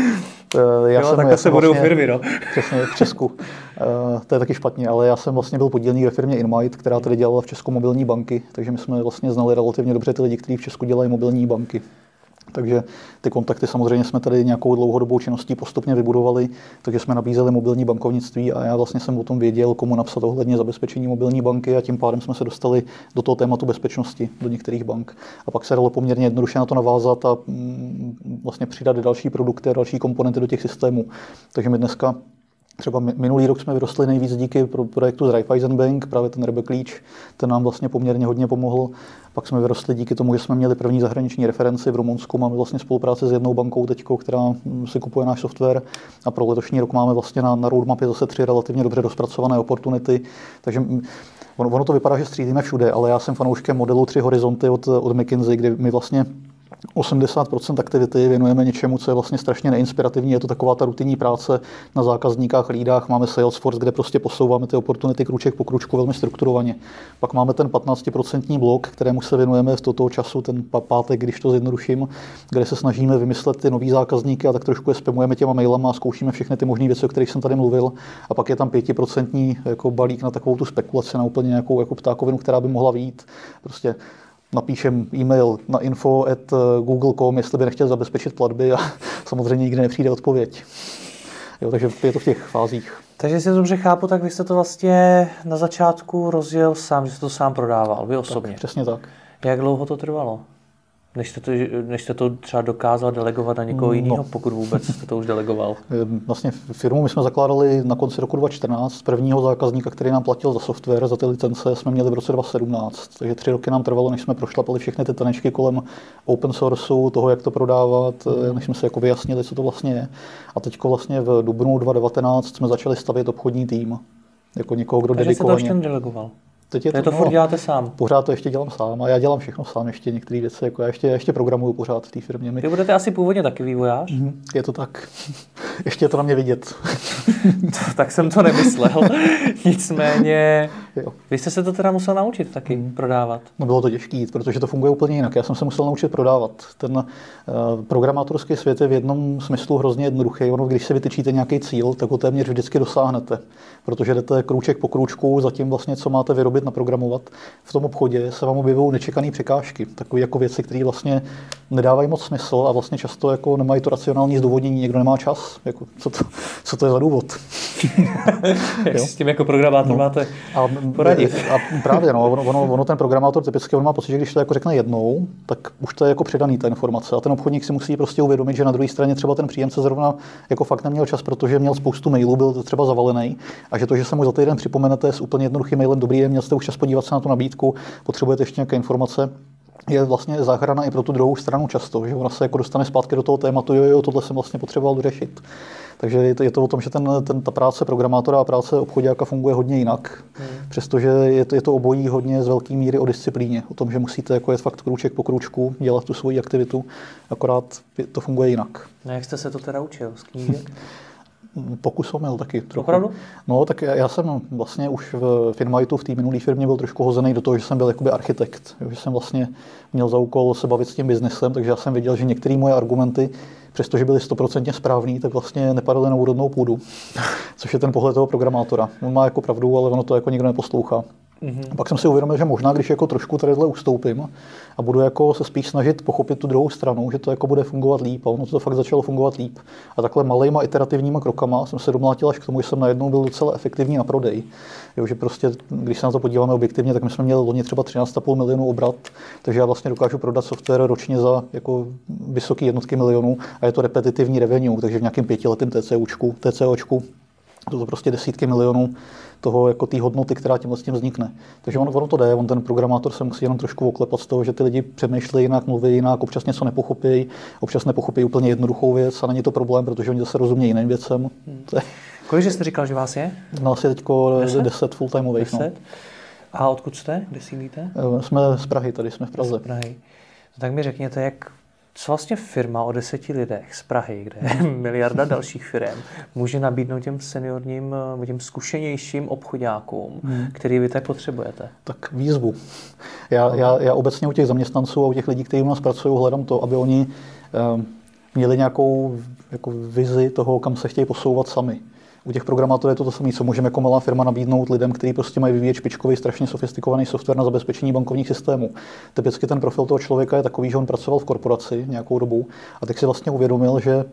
Já jo, jsem, takhle se budou vlastně, firmy, no. Přesně, v Česku. Uh, to je taky špatně, ale já jsem vlastně byl podílník ve firmě InMight, která tady dělala v Česku mobilní banky, takže my jsme vlastně znali relativně dobře ty lidi, kteří v Česku dělají mobilní banky. Takže ty kontakty samozřejmě jsme tady nějakou dlouhodobou činností postupně vybudovali, takže jsme nabízeli mobilní bankovnictví a já vlastně jsem o tom věděl, komu napsat ohledně zabezpečení mobilní banky a tím pádem jsme se dostali do toho tématu bezpečnosti do některých bank. A pak se dalo poměrně jednoduše na to navázat a mm, vlastně přidat další produkty a další komponenty do těch systémů. Takže my dneska třeba minulý rok jsme vyrostli nejvíc díky pro projektu z Raiffeisen Bank, právě ten R B klíč, ten nám vlastně poměrně hodně pomohl. Pak jsme vyrostli díky tomu, že jsme měli první zahraniční referenci v Rumunsku, máme vlastně spolupráci s jednou bankou teďko, která si kupuje náš software a pro letošní rok máme vlastně na, na roadmapě zase tři relativně dobře rozpracované opportunity. Takže ono, ono to vypadá, že střídíme všude, ale já jsem fanouškem modelu tři horizonty od, od McKinsey, kdy my vlastně osmdesát procent aktivity věnujeme něčemu, co je vlastně strašně neinspirativní. Je to taková ta rutinní práce na zákazníkách, lídách. Máme Salesforce, kde prostě posouváme ty opportunity kruček po kručku velmi strukturovaně. Pak máme ten patnáctiprocentní blok, kterému se věnujeme v toto času, ten pátek, když to zjednoduším, kde se snažíme vymyslet ty nový zákazníky a tak trošku je spamujeme těma mailama a zkoušíme všechny ty možné věci, o kterých jsem tady mluvil. A pak je tam pětiprocentní jako balík na takovou tu spekulaci, na úplně nějakou jako ptákovinu, která by mohla vyjít. Prostě napíšem e-mail na info at google tečka com, jestli by nechtěl zabezpečit platby a samozřejmě nikdy nepřijde odpověď. Jo, takže je to v těch fázích. Takže jestli to dobře chápu, tak vy jste to vlastně na začátku rozjel sám, že jste to sám prodával, vy osobně. Tak, přesně tak. Jak dlouho to trvalo? Než jste, to, než jste to třeba dokázal delegovat na někoho jiného, no. Pokud vůbec jste to už delegoval? Vlastně firmu my jsme zakládali na konci roku dva tisíce čtrnáct. Prvního zákazníka, který nám platil za software, za ty licence, jsme měli v roce dva tisíce sedmnáct. Takže tři roky nám trvalo, než jsme prošlapali všechny ty tanečky kolem open sourceu, toho, jak to prodávat, mm. než jsme si jako vyjasnili, co to vlastně je. A teď vlastně v dubnu dva tisíce devatenáct jsme začali stavět obchodní tým. Jako někoho, kdo Takže dedikovaně. Takže jste to ještě nedelegoval? Teď je to, to furt no, děláte sám? Pořád to ještě dělám sám a já dělám všechno sám, ještě některé věci, jako já ještě, já ještě programuju pořád v té firmě. My... Vy budete asi původně taky vývojář? Mm, je to tak. Ještě je to na mě vidět. Tak jsem to nemyslel. Nicméně, jo. Vy jste se to teda musel naučit taky mm. prodávat. No bylo to těžký, protože to funguje úplně jinak. Já jsem se musel naučit prodávat. Ten uh, programátorský svět je v jednom smyslu hrozně jednoduchý. Ono, když si vytyčíte nějaký cíl, tak ho téměř vždycky dosáhnete, protože jdete krůček po krůčku za tím vlastně, co máte vyrobit, naprogramovat. V tom obchodě se vám objevují nečekané překážky, takové jako věci, které vlastně nedávají moc smysl a vlastně často jako nemají to racionální zdůvodnění, někdo nemá čas. Jako, co, to, co to je za důvod? Jak si s tím jako programátor no. máte a, poradit? A právě, no, ono, ono ten programátor typicky on má pocit, že když to jako řekne jednou, tak už to je jako předaný ta informace. A ten obchodník si musí prostě uvědomit, že na druhé straně třeba ten příjemce zrovna jako fakt neměl čas, protože měl spoustu mailů, byl to třeba zavalený, a že to, že se mu za týden připomenete s úplně jednoduchým mailem, dobrý den, měl jste už čas podívat se na tu nabídku, potřebujete ještě nějaké informace, je vlastně záchrana i pro tu druhou stranu často, že ona se jako dostane zpátky do toho tématu, jo, jo, tohle jsem vlastně potřeboval dořešit. Takže je to, je to o tom, že ten, ten, ta práce programátora a práce obchoďáka funguje hodně jinak, hmm. přestože je to, je to obojí hodně z velké míry o disciplíně, o tom, že musíte jako jet fakt krůček po krůčku, dělat tu svoji aktivitu, akorát to funguje jinak. No jak jste se to teda učil z knížek? Pokus omyl taky trochu. Opravdu? No, tak já jsem vlastně už v Finmightu, v té minulé firmě, byl trošku hozený do toho, že jsem byl jakoby architekt. Že jsem vlastně měl za úkol se bavit s tím biznesem, takže já jsem viděl, že některé moje argumenty, přestože byly stoprocentně správný, tak vlastně nepadaly na úrodnou půdu. Což je ten pohled toho programátora. On má jako pravdu, ale ono to jako nikdo neposlouchá. Mm-hmm. Pak jsem si uvědomil, že možná, když jako trošku tadyhle ustoupím a budu jako se spíš snažit pochopit tu druhou stranu, že to jako bude fungovat líp, a ono to fakt začalo fungovat líp. A takhle malejma iterativníma krokama jsem se domlátil až k tomu, že jsem najednou byl docela efektivní na prodej. Jo, že prostě, když se na to podíváme objektivně, tak my jsme měli loni třeba třináct celá pět milionů obrat, takže já vlastně dokážu prodat software ročně za jako vysoké jednotky milionů a je to repetitivní revenue, takže v nějakém pětiletém TCOčku, TCOčku to jsou prostě desítky milionů toho, jako té hodnoty, která tímhle s tím vznikne. Takže on, ono to jde, on ten programátor se musí jenom trošku oklepat z toho, že ty lidi přemýšlejí jinak, mluví jinak, občas něco nepochopí, občas nepochopí úplně jednoduchou věc a není to problém, protože oni zase rozumějí jiným věcem. Hmm. Kolik jste říkal, že vás je? Nás je teďko deset full-timeových. No. A odkud jste? Kde sídlíte? Jsme z Prahy, tady jsme v Praze. Z Prahy. Tak mi řekněte, jak co vlastně firma o deseti lidech z Prahy, kde je miliarda dalších firm, může nabídnout těm seniorním, těm zkušenějším obchodákům, hmm. který vy tak potřebujete? Tak výzvu. Já, já, já obecně u těch zaměstnanců a u těch lidí, kteří u nás pracují, hledám to, aby oni um, měli nějakou jako vizi toho, kam se chtějí posouvat sami. U těch programátorů je to to samé, co můžeme jako malá firma nabídnout lidem, kteří prostě mají vyvíjet špičkový, strašně sofistikovaný software na zabezpečení bankovních systémů. Typicky ten profil toho člověka je takový, že on pracoval v korporaci nějakou dobu a teď si vlastně uvědomil, že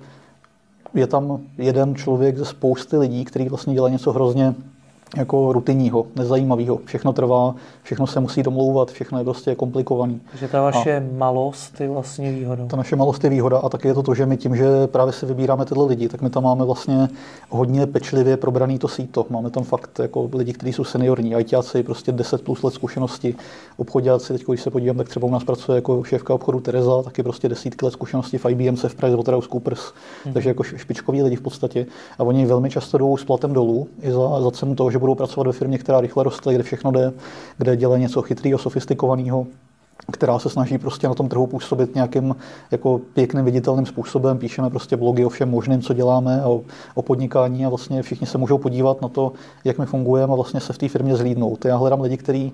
je tam jeden člověk ze spousty lidí, který vlastně dělá něco hrozně jako rutinního, nezajímavého. Všechno trvá, všechno se musí domlouvat, všechno je prostě komplikovaný. Takže ta vaše a malost je vlastně výhodou. Ta naše malost je výhoda a taky je to to, že my tím, že právě si vybíráme tyhle lidi, tak my tam máme vlastně hodně pečlivě probraný to síto. Máme tam fakt jako lidi, kteří jsou seniorní, ajťáci, prostě deset plus let zkušenosti, obchodáci, teď když se podívám, tak třeba u nás pracuje jako šéfka obchodu Tereza, taky prostě desítky let zkušenosti v I B M, v PricewaterhouseCoopers, mm-hmm. takže jako špičkoví lidi v podstatě. A oni velmi často jdou s platem dolů i za, za cenu toho, že budou pracovat ve firmě, která rychle roste, kde všechno jde, kde dělají něco chytrého, sofistikovaného, která se snaží prostě na tom trhu působit nějakým jako pěkným viditelným způsobem. Píšeme prostě blogy o všem možným, co děláme, o, o podnikání a vlastně všichni se můžou podívat na to, jak my fungujeme a vlastně se v té firmě zhlídnout. Já hledám lidi, kteří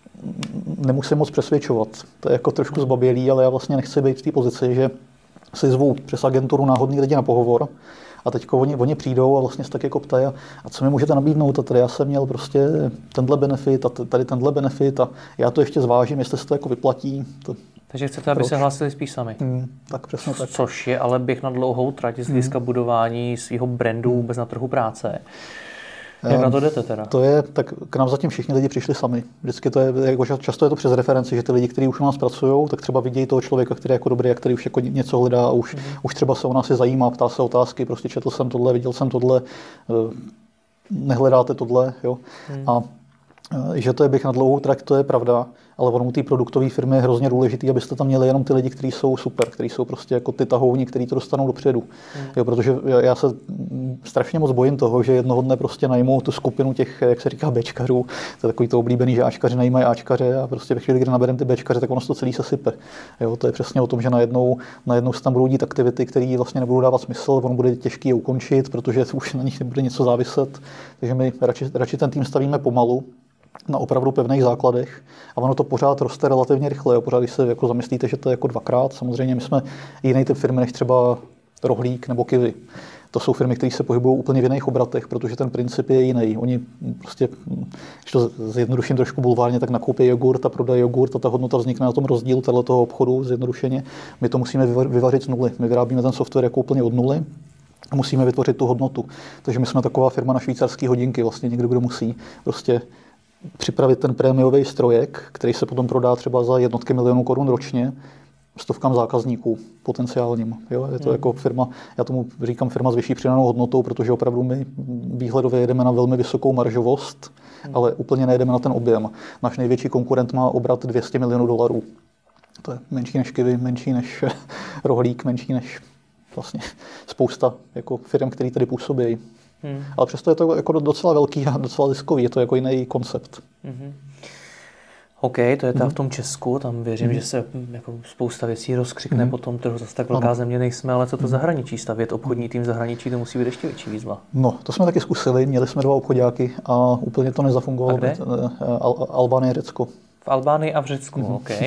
nemusím moc přesvědčovat. To je jako trošku zbabělý, ale já vlastně nechci být v té pozici, že si zvou přes agenturu náhodný lidi na pohovor a teď oni, oni přijdou a vlastně se tak jako ptají, a co mi můžete nabídnout, a tady já jsem měl prostě tenhle benefit a tady tenhle benefit a já to ještě zvážím, jestli se to jako vyplatí. To, takže chcete, aby proč? se hlásili spíš sami. Hmm, tak přesně tak. Což je ale běh na dlouhou trať z hlediska hmm. budování svého brandu vůbec na trhu práce. Jak na to jdete teda? To je, tak k nám zatím všichni lidi přišli sami. Vždycky to je, jako často je to přes referenci, že ty lidi, kteří už u nás pracují, tak třeba vidějí toho člověka, který je jako dobrý a který už jako něco hledá a už, mm. už třeba se o nás je zajímá, ptá se otázky, prostě četl jsem tohle, viděl jsem tohle, nehledáte tohle, jo. Mm. A že to je běh na dlouhou trať, to je pravda, ale ono u té produktové firmy je hrozně důležité, abyste tam měli jenom ty lidi, kteří jsou super, kteří jsou prostě jako ty tahouni, kteří to dostanou dopředu. Mm. Jo, protože já se strašně moc bojím toho, že jednoho dne prostě najmou tu skupinu těch, jak se říká, béčkařů. To je takový to oblíbený, že Ačkaři najímají Ačkaře a prostě ve chvíli, kdy nabereme ty béčkaře, tak ono to celý se sype. Jo, to je přesně o tom, že najednou, najednou se tam budou dít aktivity, které vlastně nebudou dávat smysl, ono bude těžké je ukončit, protože už na nich nebude něco záviset. Takže my radši, radši ten tým stavíme pomalu, na opravdu pevných základech a ono to pořád roste relativně rychle. Jo. Pořád, když se jako zamyslíte, že to je jako dvakrát, samozřejmě my jsme jiný typ firmy než třeba Rohlík nebo Kiwi. To jsou firmy, které se pohybují úplně v jiných obratech, protože ten princip je jiný. Oni prostě, když to zjednoduším trošku bulvárně, tak nakoupí jogurt a prodají jogurt a ta hodnota vznikne na tom rozdílu toho obchodu zjednodušeně. My to musíme vyvařit z nuly. My vyrábíme ten software jako úplně od nuly. Musíme vytvořit tu hodnotu. Takže my jsme taková firma na švýcarské hodinky, vlastně někdo, kdo musí prostě připravit ten prémiový strojek, který se potom prodá třeba za jednotky milionů korun ročně, stovkám zákazníků potenciálním. Jo? Je to hmm. jako firma, já tomu říkám firma s vyšší přidanou hodnotou, protože opravdu my výhledově jedeme na velmi vysokou maržovost, hmm. ale úplně nejedeme na ten objem. Náš největší konkurent má obrat dvě stě milionů dolarů. To je menší než Kiwi, menší než Rohlík, menší než vlastně spousta jako firm, které tady působí. Hmm. Ale přesto je to jako docela velký a docela ziskový, je to jako jiný koncept. Hmm. OK, to je teda hmm. v tom Česku, tam věřím, hmm. že se jako spousta věcí rozkřikne hmm. potom, trhu zase tak velká ano. země nejsme, ale co to zahraničí stavět, obchodní tým zahraničí, to musí být ještě větší výzva. No, to jsme taky zkusili, měli jsme dva obchodáky a úplně to nezafungovalo. A kde? Al- Albánie, Řecko. V Albánii a v Řecku, mm-hmm. OK.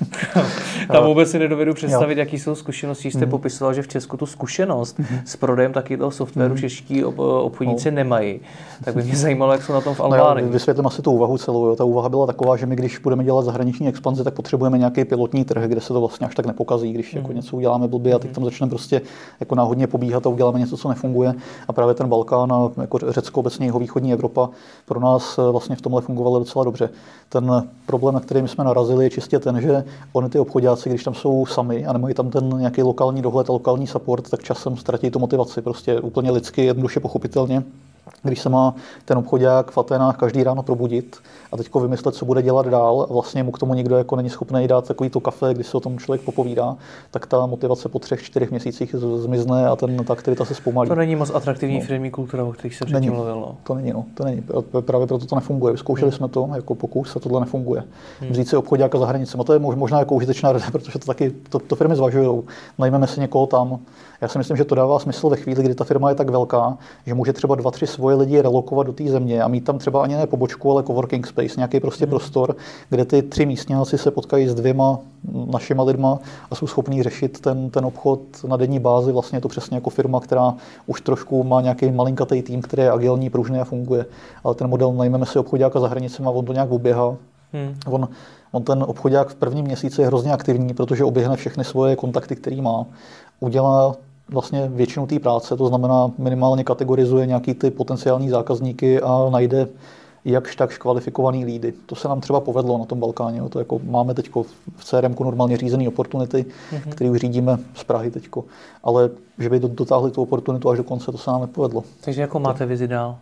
Tam vůbec si nedovedu představit, jaký jsou zkušenosti. Jste mm-hmm. popisoval, že v Česku tu zkušenost mm-hmm. s prodejem takového softwaru mm-hmm. čeští obchodníci no. nemají. Tak by mě zajímalo, jak jsou na tom v Albánii. No, vysvětlím asi tu úvahu celou. Jo. Ta úvaha byla taková, že my, když budeme dělat zahraniční expanzi, tak potřebujeme nějaký pilotní trh, kde se to vlastně až tak nepokazí, když mm-hmm. jako něco uděláme blbě a teď tam začneme prostě jako náhodně pobíhat a uděláme něco, co nefunguje. A právě ten Balkán a jako Řecko, obecně jeho východní Evropa pro nás vlastně v tomhle fungovalo docela dobře. Ten problém, na který my jsme narazili, je čistě ten, že oni ty obchodáci, když tam jsou sami a nemají tam ten nějaký lokální dohled a lokální support, tak časem ztratí tu motivaci. Prostě úplně lidsky, jednoduše pochopitelně. Když se má ten obchodák v Aténách každý ráno probudit a teďko vymyslet, co bude dělat dál a vlastně mu k tomu nikdo jako není schopný dát takový to kafe, kdy se o tom člověk popovídá, tak ta motivace po třech, čtyřech měsících zmizne a ten, ta aktivita se zpomalí. To není moc atraktivní no. firmní kultura, o kterých se předtím mluvilo. To není, no. To není. Právě proto to nefunguje. Zkoušeli hmm. jsme to jako pokus a tohle nefunguje. Hmm. Vzít si obchodáka za hranicemi, to je možná jako užitečná rada, protože to taky to, to firmy zvažují. Najmeme si někoho tam. Já si myslím, že to dává smysl ve chvíli, kdy ta firma je tak velká, že může třeba dva, tři svoje lidi relokovat do té země a mít tam třeba ani ne pobočku, ale coworking space, nějaký prostě hmm. prostor, kde ty tři místňáci se potkají s dvěma našima lidma a jsou schopní řešit ten, ten obchod na denní bázi. Vlastně je to přesně jako firma, která už trošku má nějaký malinkatý tým, který je agilní, pružný a funguje. Ale ten model, najmeme si obchodáka za hranicemi a on to nějak oběhá. Hmm. On, on ten obchodák v prvním měsíci je hrozně aktivní, protože oběhne všechny svoje kontakty, který má. Udělá vlastně většinu té práce, to znamená minimálně kategorizuje nějaký ty potenciální zákazníky a najde jakž takž kvalifikovaný lídy. To se nám třeba povedlo na tom Balkáně. To jako máme teď v C R M ku normálně řízený opportunity, mm-hmm. který už řídíme z Prahy teďko. Ale že by dotáhli tu opportunitu až do konce, to se nám nepovedlo. Takže jako máte vizi dál?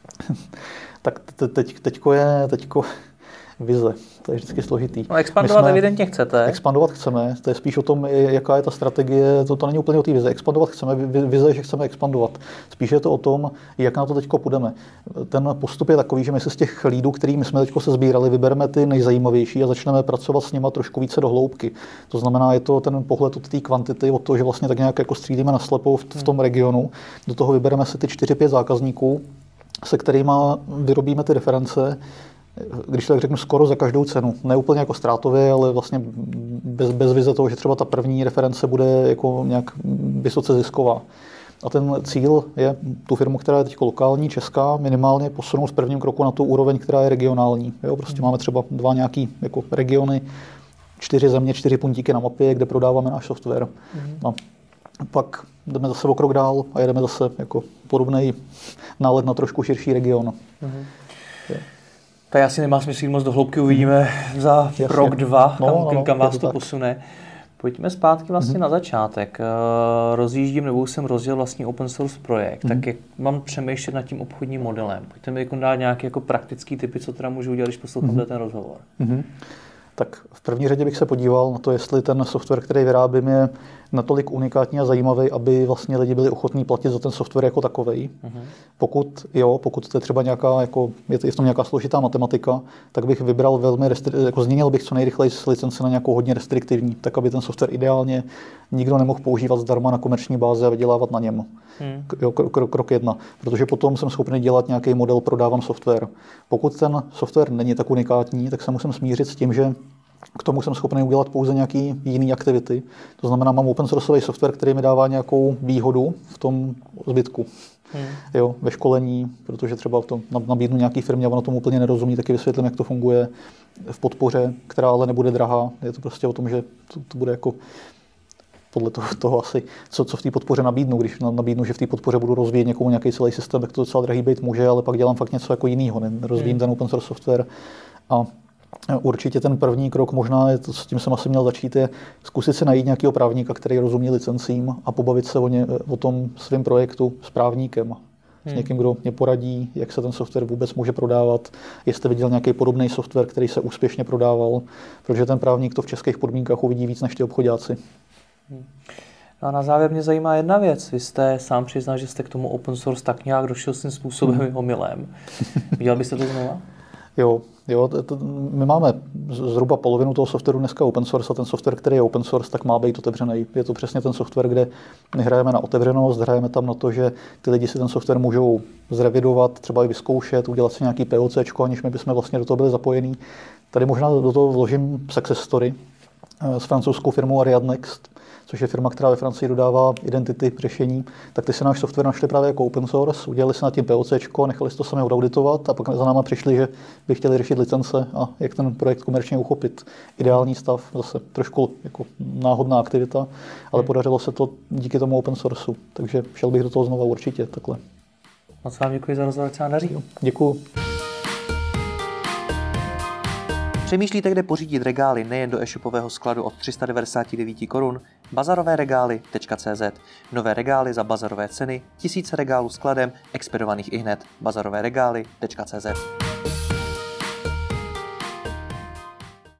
Tak teď, teďko je teďko vize. To je vždycky složitý. No, expandovat evidentně chcete. Expandovat chceme. To je spíš o tom, jaká je ta strategie. To, to není úplně o té vize. Expandovat chceme. Vize, že chceme expandovat. Spíš je to o tom, jak na to teďko půjdeme. Ten postup je takový, že my se z těch lídů, kterými jsme teďko se sbírali, vybereme ty nejzajímavější a začneme pracovat s nimi trošku více do hloubky. To znamená, je to ten pohled od té kvantity, od toho, že vlastně tak nějak jako střílíme na slepo v, v tom regionu. Do toho vybereme si ty čtyři pět zákazníků, se kterými vyrobíme ty reference, když tak řeknu, skoro za každou cenu. Ne úplně jako ztrátově, ale vlastně bez, bez vize toho, že třeba ta první reference bude jako nějak vysoce zisková. A ten cíl je tu firmu, která je teď lokální, česká, minimálně posunout z prvním kroku na tu úroveň, která je regionální. Jo, prostě máme třeba dva nějaký jako regiony, čtyři země, čtyři puntíky na mapě, kde prodáváme náš software. Mm. No. Pak jdeme zase o krok dál a jedeme zase jako podobný nálet na trošku širší region. Mm. Tak asi nemá smysl moc do hloubky, uvidíme za Jasně. rok, dva, no, kam, no, no, kam vás to tak. posune. Pojďme zpátky vlastně mm-hmm. na začátek. Rozjíždím, nebo už jsem rozjel vlastně open source projekt, mm-hmm. tak jak mám přemýšlet nad tím obchodním modelem? Pojďte mi jako dát nějaké jako praktický typy, co teda můžu udělat, když poslouchám mm-hmm. ten rozhovor. Mm-hmm. Tak v první řadě bych se podíval na to, jestli ten software, který vyrábím, je natolik unikátní a zajímavý, aby vlastně lidi byli ochotní platit za ten software jako takovej. Uh-huh. Pokud jo, pokud to je třeba nějaká, jako, je v tom nějaká složitá matematika, tak bych vybral velmi, restri- jako změnil bych co nejrychleji z licence na nějakou hodně restriktivní, tak aby ten software ideálně nikdo nemohl používat zdarma na komerční bázi a vydělávat na něm. Hmm. Jo, krok, krok jedna. Protože potom jsem schopný dělat nějaký model, prodávám software. Pokud ten software není tak unikátní, tak se musím smířit s tím, že k tomu jsem schopný udělat pouze nějaký jiný aktivity. To znamená, mám open sourceový software, který mi dává nějakou výhodu v tom zbytku. Hmm. Jo, ve školení, protože třeba to nabídnu nějaký firmě a ono tomu úplně nerozumí, taky vysvětlím, jak to funguje. V podpoře, která ale nebude drahá. Je to prostě o tom, že to, to bude jako podle toho, toho asi, co, co v té podpoře nabídnu. Když nabídnu, že v té podpoře budu rozvíjet někomu nějaký celý systém, tak to docela drahý být může, ale pak dělám fakt něco jako jiného, nerozvíjím hmm. ten open source software. A určitě ten první krok, možná je to, s tím jsem asi měl začít, je zkusit se najít nějakého právníka, který rozumí licencím a pobavit se o, ně, o tom svém projektu s právníkem. Hmm. S někým, kdo mě poradí, jak se ten software vůbec může prodávat, jestli viděl nějaký podobný software, který se úspěšně prodával, protože ten právník to v českých podmínkách uvidí víc než ty obchodáci. Hmm. A na závěr mě zajímá jedna věc. Vy jste sám přiznal, že jste k tomu open source tak nějak došel svým způsobem hmm. omylem. Viděl byste to znova? Jo, jo to, to, my máme zhruba polovinu toho softwaru dneska open source a ten software, který je open source, tak má být otevřený. Je to přesně ten software, kde my hrajeme na otevřenost, hrajeme tam na to, že ty lidi si ten software můžou zrevidovat, třeba i vyzkoušet, udělat si nějaký POCčko, aniž my bychom vlastně do toho byli zapojení. Tady možná do toho vložím success story s francouzskou firmou Ariad Next, což je firma, která ve Francii dodává identity řešení, tak ty si náš software našli právě jako open source, udělali si na tím POCčko, nechali si to sami odauditovat a pak za náma přišli, že by chtěli řešit licence a jak ten projekt komerčně uchopit. Ideální stav, zase trošku jako náhodná aktivita, ale hmm. podařilo se to díky tomu open sourceu, takže šel bych do toho znova určitě takhle. Moc vám děkuji za rozhovor, co vám daří. Děkuju. Přemýšlíte, kde pořídit regály nejen do e-shopového skladu od tři sta devadesát devět korun? bazarové regály tečka cé zet. Nové regály za bazarové ceny, tisíce regálů skladem, expedovaných ihned. bazarové regály tečka cé zet.